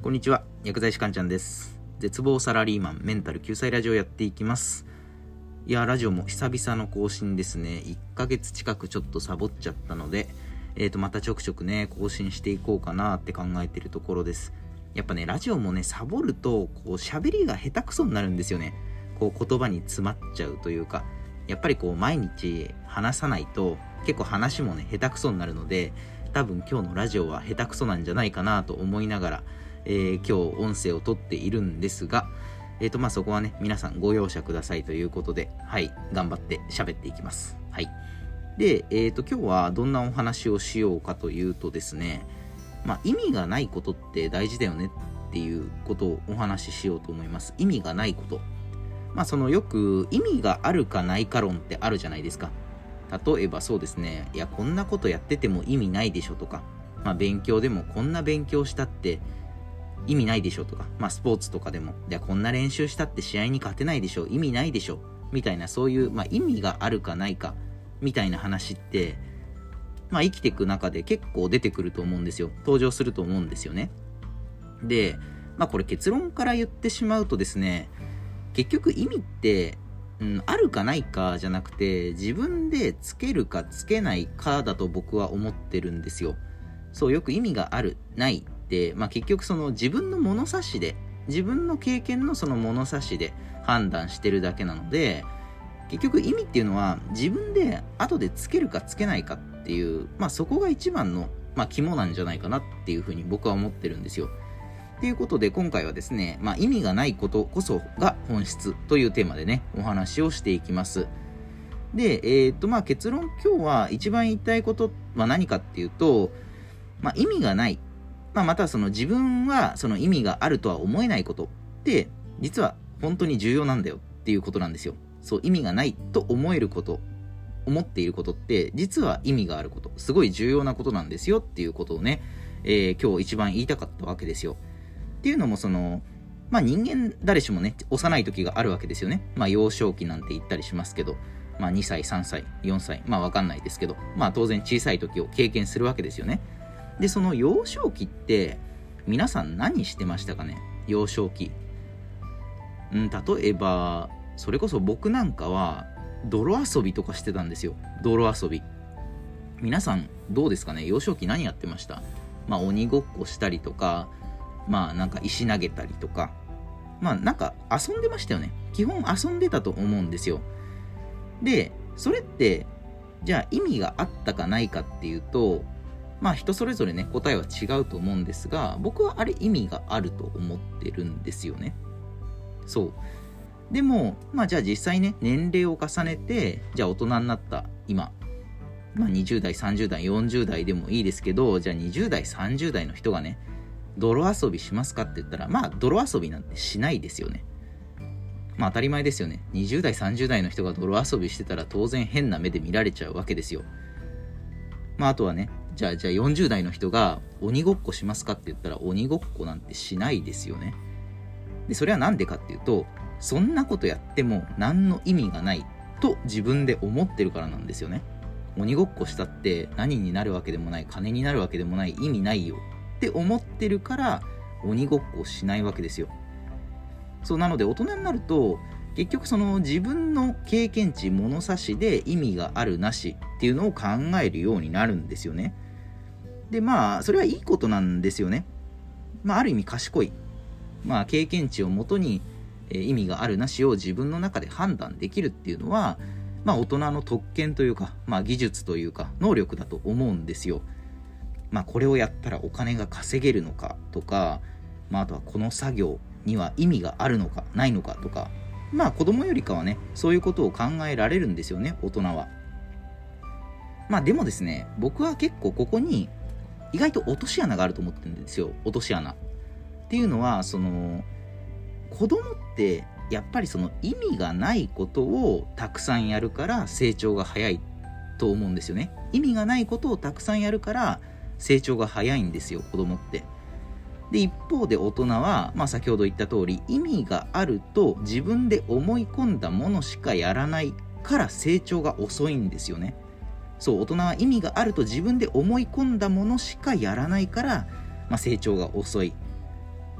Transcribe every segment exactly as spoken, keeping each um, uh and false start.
こんにちは、薬剤師かんちゃんです。絶望サラリーマンメンタル救済ラジオやっていきます。いやラジオも久々の更新ですね。いっかげつ近くちょっとサボっちゃったので、えーとまたちょくちょくね更新していこうかなって考えてるところです。やっぱねラジオもねサボるとこう喋りが下手くそになるんですよね。こう言葉に詰まっちゃうというか、やっぱりこう毎日話さないと結構話もね下手くそになるので、多分今日のラジオは下手くそなんじゃないかなと思いながら、えー、今日音声を撮っているんですが、えーとまあそこはね皆さんご容赦くださいということで、はい頑張って喋っていきます。はい。で、えーと今日はどんなお話をしようかというとですね、まあ意味がないことって大事だよねっていうことをお話ししようと思います。意味がないこと。まあそのよく意味があるかないか論ってあるじゃないですか。例えばそうですね、いやこんなことやってても意味ないでしょとか、まあ勉強でもこんな勉強したって意味ないでしょとか、まあスポーツとかでもいやこんな練習したって試合に勝てないでしょ、意味ないでしょみたいな、そういう、まあ、意味があるかないかみたいな話ってまあ生きていく中で結構出てくると思うんですよ。登場すると思うんですよね。で、まあこれ結論から言ってしまうとですね、結局意味って、うん、あるかないかじゃなくて自分でつけるかつけないかだと僕は思ってるんですよ。そうよく意味があるないって、まあ、結局その自分の物差しで自分の経験のその物差しで判断してるだけなので、結局意味っていうのは自分で後でつけるかつけないかっていう、まあそこが一番の、まあ、肝なんじゃないかなっていうふうに僕は思ってるんですよ。ということで今回はですね、まあ、意味がないことこそが本質というテーマでねお話をしていきます。で、えーとまあ、結論今日は一番言いたいことは何かっていうと、まあ、意味がない、まあ、またはその自分はその意味があるとは思えないことって実は本当に重要なんだよっていうことなんですよ。そう意味がないと思えること思っていることって実は意味があること、すごい重要なことなんですよっていうことをね、えー、今日一番言いたかったわけですよ。っていうのもそのまあ人間誰しもね幼い時があるわけですよね。まあ幼少期なんて言ったりしますけど、まあにさいさんさいよんさいまあわかんないですけど、まあ当然小さい時を経験するわけですよね。でその幼少期って皆さん何してましたかね。幼少期、うん、例えばそれこそ僕なんかは泥遊びとかしてたんですよ。泥遊び。皆さんどうですかね。幼少期何やってました？まあ鬼ごっこしたりとか、まあなんか石投げたりとか、まあなんか遊んでましたよね。基本遊んでたと思うんですよ。でそれってじゃあ意味があったかないかっていうと、まあ人それぞれね答えは違うと思うんですが、僕はあれ意味があると思ってるんですよね。そうでもまあじゃあ実際ね年齢を重ねて、じゃあ大人になった今、まあにじゅう代さんじゅう代よんじゅう代でもいいですけど、じゃあにじゅう代さんじゅう代の人がね泥遊びしますかって言ったら、まあ泥遊びなんてしないですよね。まあ当たり前ですよね。にじゅう代さんじゅう代の人が泥遊びしてたら当然変な目で見られちゃうわけですよ。まああとはね、じゃあじゃあよんじゅう代の人が鬼ごっこしますかって言ったら鬼ごっこなんてしないですよね。でそれはなんでかっていうと、そんなことやっても何の意味がないと自分で思ってるからなんですよね。鬼ごっこしたって何になるわけでもない、金になるわけでもない、意味ないよって思ってるから鬼ごっこをしないわけですよ。そうなので大人になると結局その自分の経験値物差しで意味があるなしっていうのを考えるようになるんですよね。でまあそれはいいことなんですよね。まあある意味賢い、まあ経験値をもとに、えー、意味があるなしを自分の中で判断できるっていうのは、まあ大人の特権というか、まあ技術というか能力だと思うんですよ。まあこれをやったらお金が稼げるのかとか、まああとはこの作業には意味があるのかないのかとか、まあ子供よりかはねそういうことを考えられるんですよね、大人は。まあでもですね、僕は結構ここに意外と落とし穴があると思ってるんですよ。落とし穴っていうのは、その子供ってやっぱりその意味がないことをたくさんやるから成長が早いと思うんですよね。意味がないことをたくさんやるから成長が早いんですよ、子供って。で一方で大人は、まあ、先ほど言った通り意味があると自分で思い込んだものしかやらないから成長が遅いんですよね。そう大人は意味があると自分で思い込んだものしかやらないから、まあ、成長が遅い。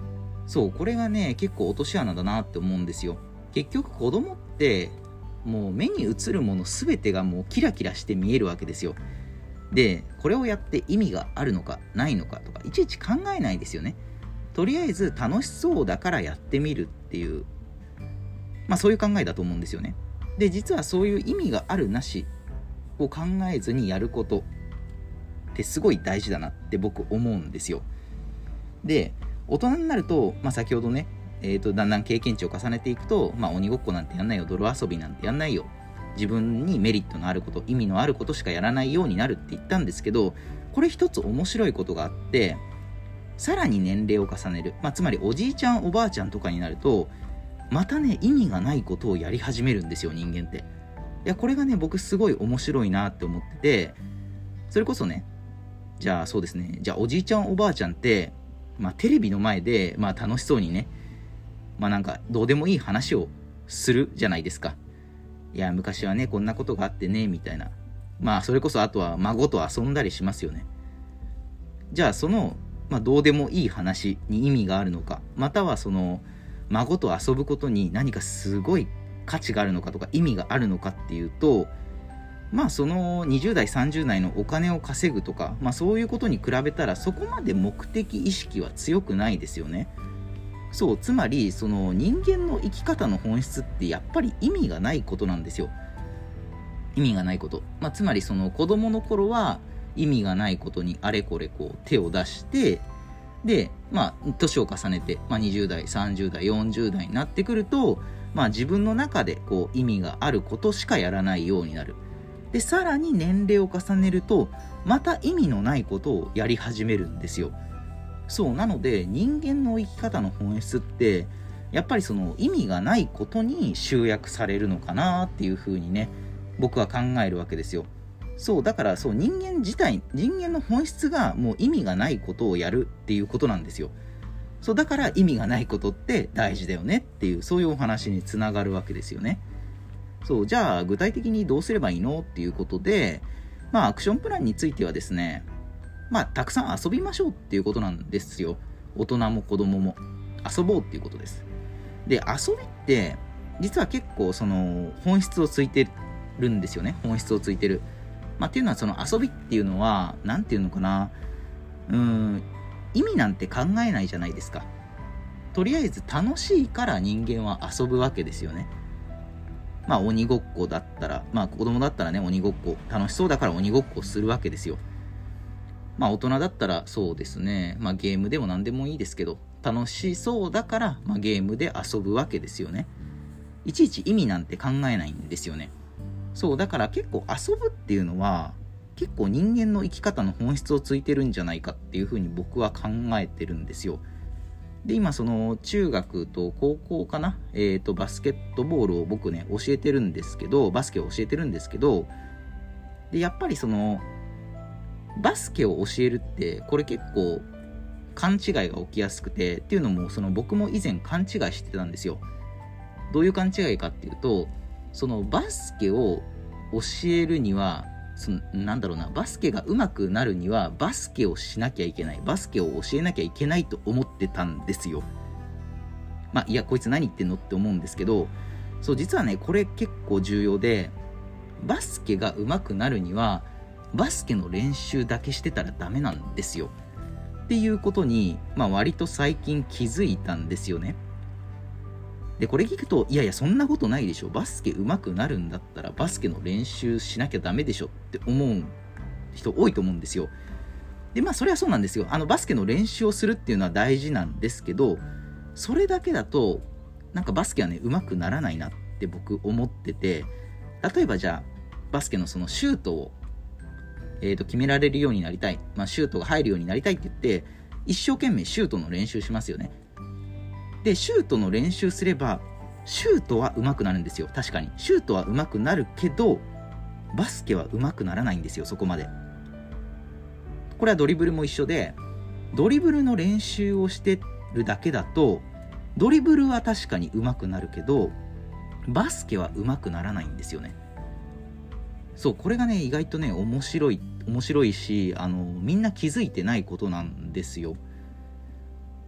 そうこれがね結構落とし穴だなって思うんですよ。結局子供ってもう目に映るもの全てがもうキラキラして見えるわけですよ。でこれをやって意味があるのかないのかとかいちいち考えないですよね。とりあえず楽しそうだからやってみるっていう、まあそういう考えだと思うんですよね。で実はそういう意味があるなしを考えずにやることってすごい大事だなって僕思うんですよ。で大人になると、まあ、先ほどね、えーと、だんだん経験値を重ねていくと、まあ、鬼ごっこなんてやんないよ、泥遊びなんてやんないよ、自分にメリットのあること、意味のあることしかやらないようになるって言ったんですけど、これ一つ面白いことがあって、さらに年齢を重ねる、まあ、つまりおじいちゃんおばあちゃんとかになるとまたね意味がないことをやり始めるんですよ、人間って。いやこれがね僕すごい面白いなって思ってて、それこそね、じゃあそうですね、じゃあおじいちゃんおばあちゃんって、まあ、テレビの前で、まあ、楽しそうにね、まあなんかどうでもいい話をするじゃないですか。いや昔はねこんなことがあってねみたいな、まあそれこそあとは孫と遊んだりしますよね。じゃあその、まあ、どうでもいい話に意味があるのか、またはその孫と遊ぶことに何かすごい価値があるのかとか意味があるのかっていうと、まあそのにじゅう代さんじゅう代のお金を稼ぐとか、まあそういうことに比べたらそこまで目的意識は強くないですよね。そう、つまりその人間の生き方の本質ってやっぱり意味がないことなんですよ。意味がないこと、まあ、つまりその子供の頃は意味がないことにあれこれこう手を出して、でまあ年を重ねて、まあ、にじゅう代さんじゅう代よんじゅう代になってくると、まあ自分の中でこう意味があることしかやらないようになる。でさらに年齢を重ねるとまた意味のないことをやり始めるんですよ。そうなので人間の生き方の本質ってやっぱりその意味がないことに集約されるのかなっていうふうにね僕は考えるわけですよ。そうだからそう人間自体人間の本質がもう意味がないことをやるっていうことなんですよ。そうだから意味がないことって大事だよねっていう、そういうお話につながるわけですよね。そうじゃあ具体的にどうすればいいのっていうことで、まあアクションプランについてはですね、まあたくさん遊びましょうっていうことなんですよ。大人も子供も遊ぼうっていうことです。で遊びって実は結構その本質をついてるんですよね。本質をついてる、まあ、っていうのはその遊びっていうのはなんていうのかな、うーん意味なんて考えないじゃないですか。とりあえず楽しいから人間は遊ぶわけですよね。まあ鬼ごっこだったら、まあ子供だったらね鬼ごっこ楽しそうだから鬼ごっこするわけですよ。まあ大人だったらそうですね、まあゲームでも何でもいいですけど楽しそうだから、まあ、ゲームで遊ぶわけですよね。いちいち意味なんて考えないんですよね。そうだから結構遊ぶっていうのは結構人間の生き方の本質をついてるんじゃないかっていうふうに僕は考えてるんですよ。で今その中学と高校かな、えーとバスケットボールを僕ね教えてるんですけどバスケを教えてるんですけど、でやっぱりそのバスケを教えるってこれ結構勘違いが起きやすくて、っていうのもその僕も以前勘違いしてたんですよ。どういう勘違いかっていうと、そのバスケを教えるにはそのなんだろうなバスケが上手くなるにはバスケをしなきゃいけない、バスケを教えなきゃいけないと思ってたんですよ。まあいやこいつ何言ってんのって思うんですけど、そう実はねこれ結構重要で、バスケが上手くなるにはバスケの練習だけしてたらダメなんですよっていうことに、まあ、割と最近気づいたんですよね。でこれ聞くといやいやそんなことないでしょ、バスケ上手くなるんだったらバスケの練習しなきゃダメでしょって思う人多いと思うんですよ。でまあそれはそうなんですよ。あのバスケの練習をするっていうのは大事なんですけど、それだけだとなんかバスケはね上手くならないなって僕思ってて、例えばじゃあバスケのそのシュートを、えーと決められるようになりたい、まあ、シュートが入るようになりたいって言って一生懸命シュートの練習しますよね。でシュートの練習すればシュートは上手くなるんですよ。確かにシュートは上手くなるけどバスケは上手くならないんですよ、そこまで。これはドリブルも一緒で、ドリブルの練習をしてるだけだとドリブルは確かに上手くなるけどバスケは上手くならないんですよね。そうこれがね意外とね面白い面白いし、あのみんな気づいてないことなんですよ。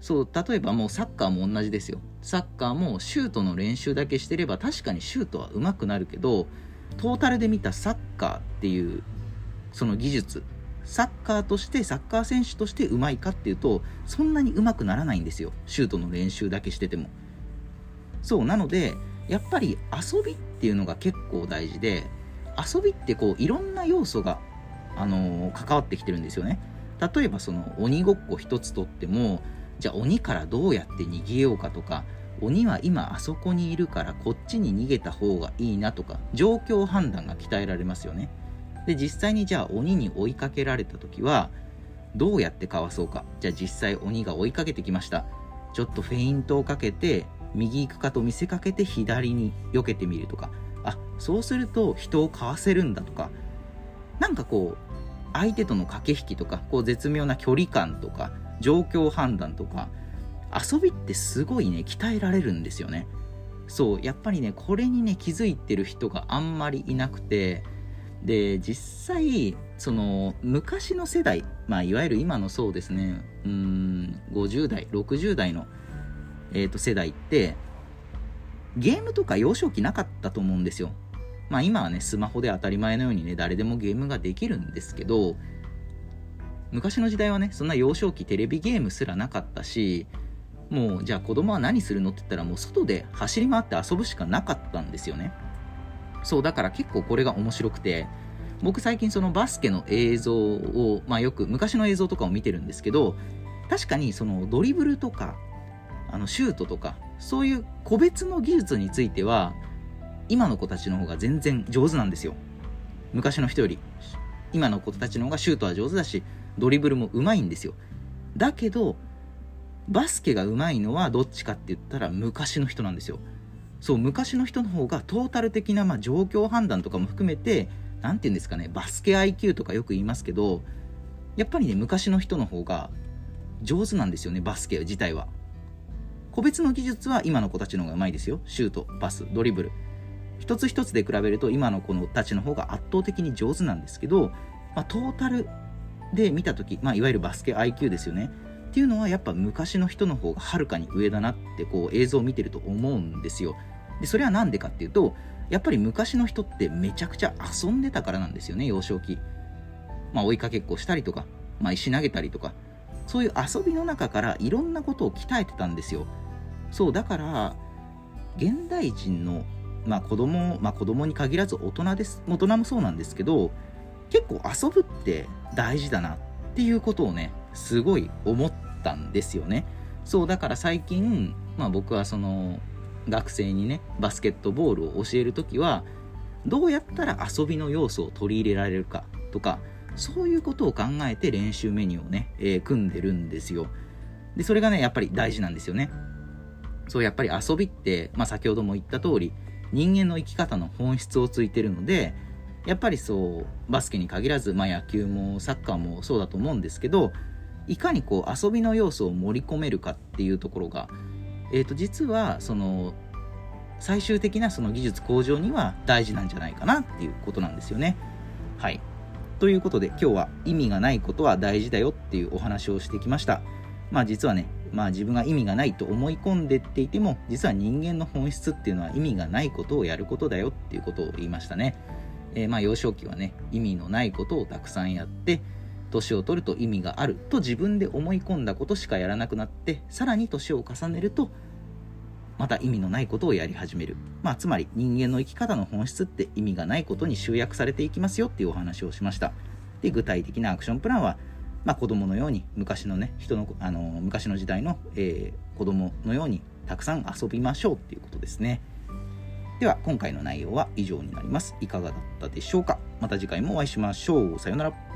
そう例えばもうサッカーも同じですよ。サッカーもシュートの練習だけしてれば確かにシュートは上手くなるけど、トータルで見たサッカーっていうその技術、サッカーとしてサッカー選手として上手いかっていうとそんなに上手くならないんですよ、シュートの練習だけしてても。そうなのでやっぱり遊びっていうのが結構大事で、遊びってこういろんな要素が、あのー、関わってきてるんですよね。例えばその鬼ごっこ一つとっても、じゃあ鬼からどうやって逃げようかとか、鬼は今あそこにいるからこっちに逃げた方がいいなとか、状況判断が鍛えられますよね。で実際にじゃあ鬼に追いかけられた時はどうやってかわそうか。じゃあ実際鬼が追いかけてきました。ちょっとフェイントをかけて右行くかと見せかけて左に避けてみるとか、あ、そうすると人をかわせるんだとか、なんかこう相手との駆け引きとか、こう絶妙な距離感とか状況判断とか、遊びってすごいね鍛えられるんですよね。そうやっぱりねこれにね気づいてる人があんまりいなくて、で実際その昔の世代、まあいわゆる今のそうですねうーんごじゅう代ろくじゅう代の、えー、と世代ってゲームとか幼少期なかったと思うんですよ。まあ今はねスマホで当たり前のようにね誰でもゲームができるんですけど、昔の時代はねそんな幼少期テレビゲームすらなかったし、もうじゃあ子供は何するのって言ったらもう外で走り回って遊ぶしかなかったんですよね。そうだから結構これが面白くて、僕最近そのバスケの映像を、まあ、よく昔の映像とかを見てるんですけど、確かにそのドリブルとかあのシュートとかそういう個別の技術については今の子たちの方が全然上手なんですよ。昔の人より今の子たちの方がシュートは上手だしドリブルも上手いんですよ。だけどバスケが上手いのはどっちかって言ったら昔の人なんですよ。そう昔の人の方がトータル的なまあ状況判断とかも含めて、なんていうんですかね、バスケ アイキュー とかよく言いますけど、やっぱりね昔の人の方が上手なんですよね、バスケ自体は。個別の技術は今の子たちの方が上手いですよ。シュート、パス、ドリブル一つ一つで比べると今の子たちの方が圧倒的に上手なんですけど、まあ、トータルで見たとき、まあ、いわゆるバスケ アイキュー ですよねっていうのはやっぱ昔の人の方がはるかに上だなってこう映像を見てると思うんですよ。でそれはなんでかっていうと、やっぱり昔の人ってめちゃくちゃ遊んでたからなんですよね。幼少期、まあ、追いかけっこしたりとか、まあ、石投げたりとか、そういう遊びの中からいろんなことを鍛えてたんですよ。そうだから現代人の、まあ、子供、まあ、子供に限らず大人です、大人もそうなんですけど、結構遊ぶって大事だなっていうことをねすごい思ったんですよね。そうだから最近、まあ、僕はその学生にねバスケットボールを教えるときはどうやったら遊びの要素を取り入れられるかとか、そういうことを考えて練習メニューをね、えー、組んでるんですよ。でそれがねやっぱり大事なんですよね。そうやっぱり遊びって、まあ、先ほども言った通り人間の生き方の本質をついてるので、やっぱりそうバスケに限らず、まあ、野球もサッカーもそうだと思うんですけど、いかにこう遊びの要素を盛り込めるかっていうところが、えーと実はその最終的なその技術向上には大事なんじゃないかなっていうことなんですよね。はい。ということで今日は意味がないことは大事だよっていうお話をしてきました。まあ実はね、まあ自分が意味がないと思い込んでっていても、実は人間の本質っていうのは意味がないことをやることだよっていうことを言いましたね。えー、まあ幼少期はね意味のないことをたくさんやって、年を取ると意味があると自分で思い込んだことしかやらなくなって、さらに年を重ねるとまた意味のないことをやり始める。まあつまり人間の生き方の本質って意味がないことに集約されていきますよっていうお話をしました。で具体的なアクションプランは、まあ、子供のように昔のね人のあの昔の時代の、えー、子供のようにたくさん遊びましょうっていうことですね。では今回の内容は以上になります。いかがだったでしょうか。また次回もお会いしましょう。さようなら。